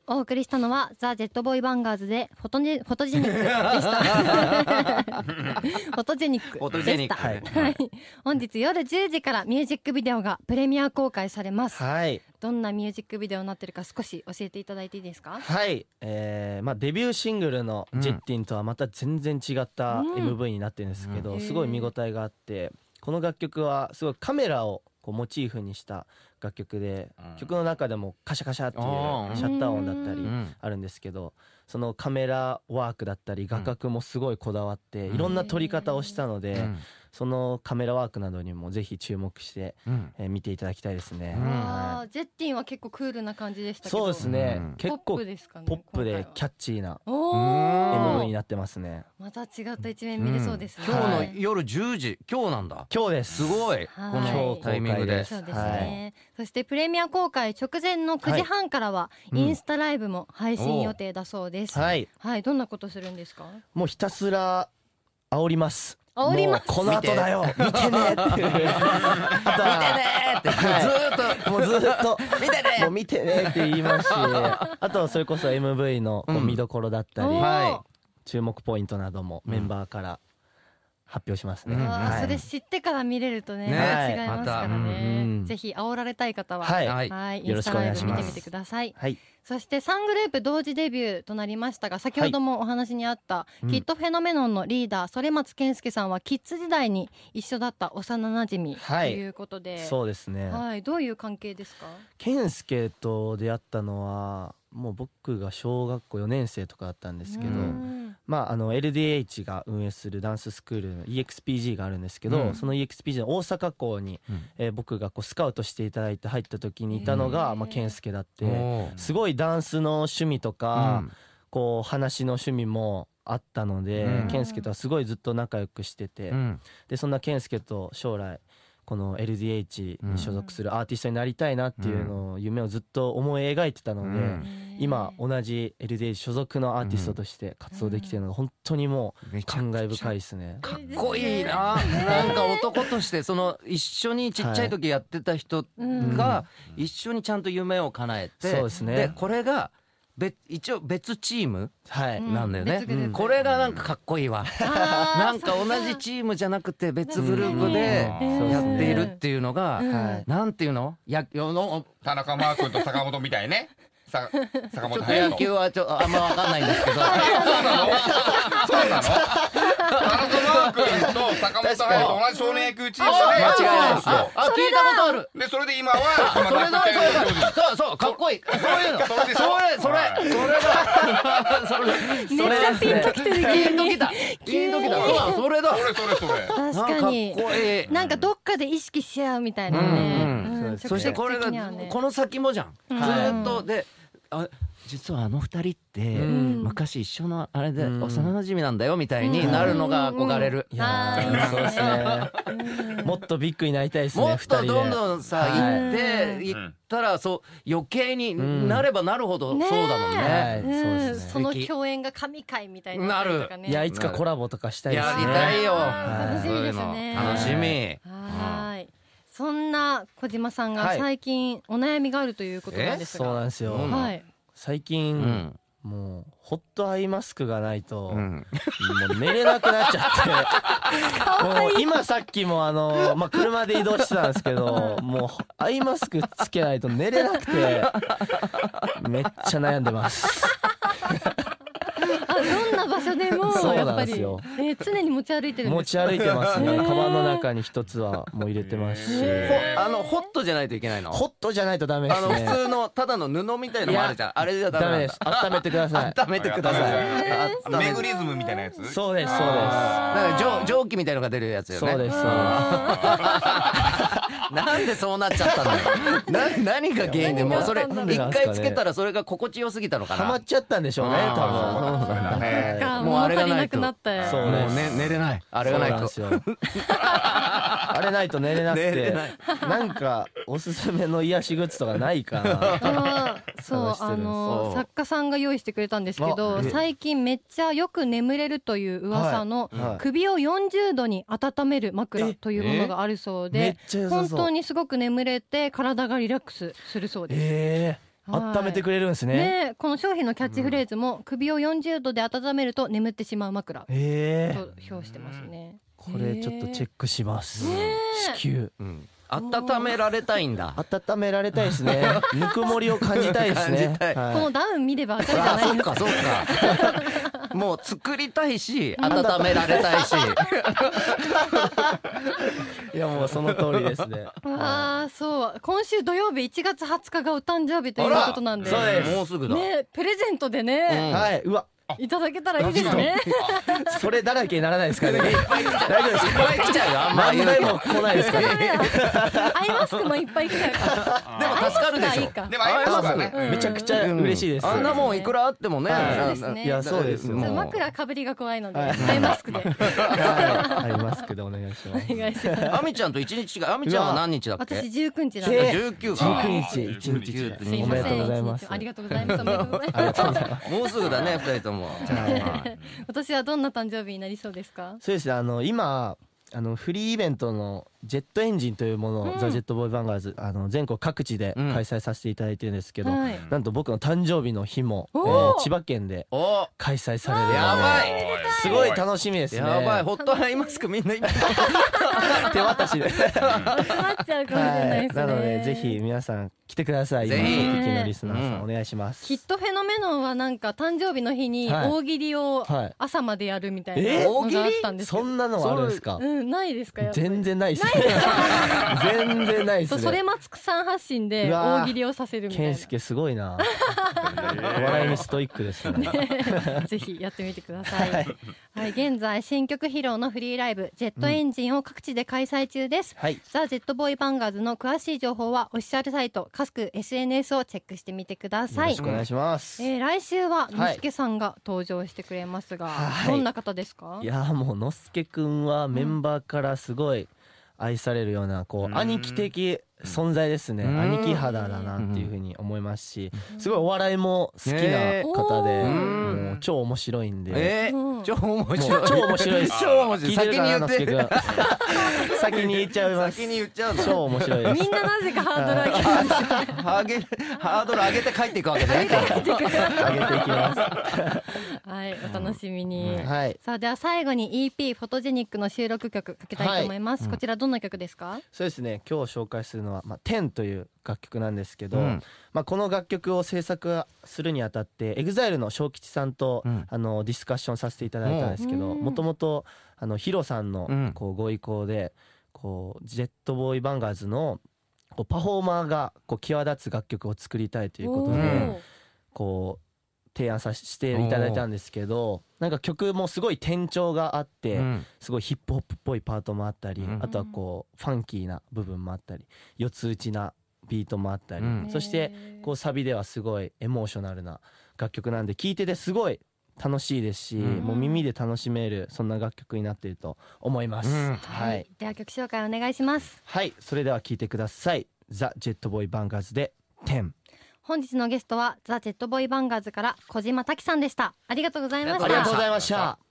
お送りしたのはザ・ジェットボーイバンガーズでフォトジェニックでしたフォトジェニックでした、はい、本日夜10時からミュージックビデオがプレミア公開されます、はい、どんなミュージックビデオになってるか少し教えていただいていいですか？ はい、デビューシングルのジェッティンとはまた全然違った MV になってるんですけど、すごい見応えがあって、この楽曲はすごいカメラをこうモチーフにした楽曲で、曲の中でもカシャカシャっていうシャッター音だったりあるんですけど、そのカメラワークだったり画角もすごいこだわっていろんな撮り方をしたので、そのカメラワークなどにもぜひ注目して、見ていただきたいですね。 ジェッティンは結構クールな感じでしたけど、 そうですね、結構ポップでキャッチーな MV になってますね。 また違った一面見れそうですね、 今日の夜10時、今日なんだ。 今日です。 すごい、このタイミングで。 そうですね、そしてプレミア公開直前の9時半からはインスタライブも配信予定だそうです。はい、どんなことするんですか？ もうひたすら煽ります。 煽ります。 この後だよ、見てねって見てねってずっと見てねもう見てねって言いますし、あとそれこそ MV のこう見どころだったり、注目ポイントなどもメンバーから発表しますね。 それ知ってから見れるとね、違いますからね。ぜひ煽られたい方はインスタライブ見てみてください。そして3グループ同時デビューとなりましたが、先ほどもお話にあったキッドフェノメノンのリーダー反松健介さんはキッズ時代に一緒だった幼なじみということで、 そうですね、 どういう関係ですか？ 健介と出会ったのはもう僕が小学校4年生とかだったんですけど、LDH が運営するダンススクールの EXPG があるんですけど、その EXPG の大阪校に、僕がこうスカウトしていただいて入った時にいたのが、健介だって、すごいダンスの趣味とか、こう話の趣味もあったので、健介とはすごいずっと仲良くしてて、でそんな健介と将来この LDH に所属するアーティストになりたいなっていうのを夢をずっと思い描いてたので、今同じ LDH 所属のアーティストとして活動できてるのが本当にもう感慨深いですね。 かっこいいな。なんか男としてその一緒にちっちゃい時やってた人が一緒にちゃんと夢を叶えて、でこれが一応別チームなんだよね、これがなんかかっこいいわ。なんか同じチームじゃなくて別グループでやっているっていうのが、なんていうの、 田中マー君と坂本みたいね。坂本勇人。 野球はあんま分かんないんですけど。そうなの？田中マー君と坂本勇人同じ少年野球チームで。 間違いないですよ。聞いたことある。 でそれで今はそうかっこいい。そういうの。 めっちゃピンときてる。 ピンときた。それだ。 確かに。なんかどっかで意識し合うみたいなね。 そしてこれがこの先もじゃん。ずっとで。実はあの二人って昔一緒のあれで幼馴染なんだよみたいになるのが憧れる。 いやそうですね。もっとビッグになりたいですね。 もっとどんどんさ行ったらそう余計になればなるほどそうだもんね。 その共演が神回みたいになるとかね。 いやいつかコラボとかしたいですね。 やりたいよ。 楽しみですね。 楽しみ。 そんな小島さんが最近お悩みがあるということなんですが。 そうなんですよ。最近もうホットアイマスクがないともう寝れなくなっちゃってもう今さっきも車で移動してたんですけど、もうアイマスクつけないと寝れなくてめっちゃ悩んでます。 どんな場所でもやっぱり常に持ち歩いてるんですか？ 持ち歩いてますね。カバンの中に一つはもう入れてますし、 ホットじゃないといけないの？ ホットじゃないとダメですね。 普通のただの布みたいなのもあるじゃん。あれじゃダメです。 温めてください。 温めてください。 メグリズムみたいなやつ？ そうです。 なんか蒸気みたいのが出るやつよね。 そうです。 なんでそうなっちゃったんだよ。何が原因で、もうそれ一回つけたらそれが心地よすぎたのかな。 ハマっちゃったんでしょうね、多分。 もうあれがないと。 そうね、寝れない。あれがないと。 あれないと寝れなくて、なんかおすすめの癒しグッズとかないかな。 そう作家さんが用意してくれたんですけど、最近めっちゃよく眠れるという噂の首を40度に温める枕というものがあるそうで、本当にすごく眠れて体がリラックスするそうです。 温めてくれるんですね。 この商品のキャッチフレーズも、首を40度で温めると眠ってしまう枕と表してますね。 これちょっとチェックします。子宮、 温められたいんだ。 温められたいですね。ぬくもりを感じたいですね。 このダウン見ればわかるじゃないですか。 そうかもう作りたいし温められたいしいやもうその通りですね。 そう、今週土曜日1月20日がお誕生日ということなんで、 もうすぐだね、プレゼントでね、 うわいただけたらいいですね。 それだらけにならないですかね。いっぱい来ちゃうよ。あんま何台も来ないですかね。 アイマスクもいっぱい来ちゃうから。 でも助かるでしょ。 でもアイマスクね、 めちゃくちゃ嬉しいです。 あんなもんいくらあってもね。 いやそうですよ。 枕かぶりが怖いのでアイマスクで。 アイマスクでお願いします。 お願いします。 アミちゃんと1日違う。アミちゃんは何日だっけ？ 私19日なんで。 19 か。19日。おめでとうございます。 ありがとうございます。おめでとうございます。 もうすぐだね、2人とも。 今年はどんな誕生日になりそうですか？ そうですね、今フリーイベントのジェットエンジンというものを、ザ・ジェットボーイ・バンガーズ全国各地で開催させていただいてるんですけど、なんと僕の誕生日の日も、千葉県で開催されるので、 やばい、 すごい楽しみですね。 やばい、ホットアイマスクみんな手渡しで集まっちゃうかもしれないですね。 なのでぜひ皆さん来てください。 ぜひ今のリスナーさんお願いします。 きっとフェノメノンはなんか誕生日の日に大喜利を朝までやるみたいなのがあったんですけど、 そんなのあるんですか？ ないですか？ 全然ないですね。全然ないですね。 それマツクさん発信で大喜利をさせるみたいな。 健介すごいな。笑いにストイックですね。 ぜひやってみてください。はい、現在新曲披露のフリーライブジェットエンジンを各地で開催中です。ザ・ジェットボーイ・バンガーズの詳しい情報はオフィシャルサイト各 SNS をチェックしてみてください。 よろしくお願いします。 来週はのすけさんが登場してくれますが、どんな方ですか？ いやもうのすけくんはメンバーからすごい愛されるような兄貴的存在ですね。兄貴肌だなっていう風に思いますし、すごいお笑いも好きな方で、もう超面白いんで、 超面白い、 超面白いです。 超面白い。先に言って、 先に言っちゃいます。 先に言っちゃうの。 超面白いです。 みんななぜかハードル上げる。 ハードル上げて帰っていくわけね。 上げていきます。 はい、お楽しみに。 はい。 さあでは最後に EP フォトジェニックの収録曲かけたいと思います。こちらどんな曲ですか？ そうですね。今日紹介するのは10という楽曲なんですけど、この楽曲を制作するにあたって EXILE の小吉さんとディスカッションさせていただいたんですけど、もともとヒロさんのご意向でジェットボーイ・バンガーズのパフォーマーが際立つ楽曲を作りたいということで提案させていただいたんですけど、なんか曲もすごい転調があって、すごいヒップホップっぽいパートもあったり、あとはファンキーな部分もあったり、四つ打ちなビートもあったり、そしてサビではすごいエモーショナルな楽曲なんで、聴いててすごい楽しいですし、もう耳で楽しめるそんな楽曲になっていると思います。はい。 では曲紹介お願いします。 はい、それでは聴いてください。ザ・ジェットボーイ・バンガーズで10。 本日のゲストはザ・ジェットボーイ・バンガーズから小島滝さんでした。ありがとうございました。 ありがとうございました。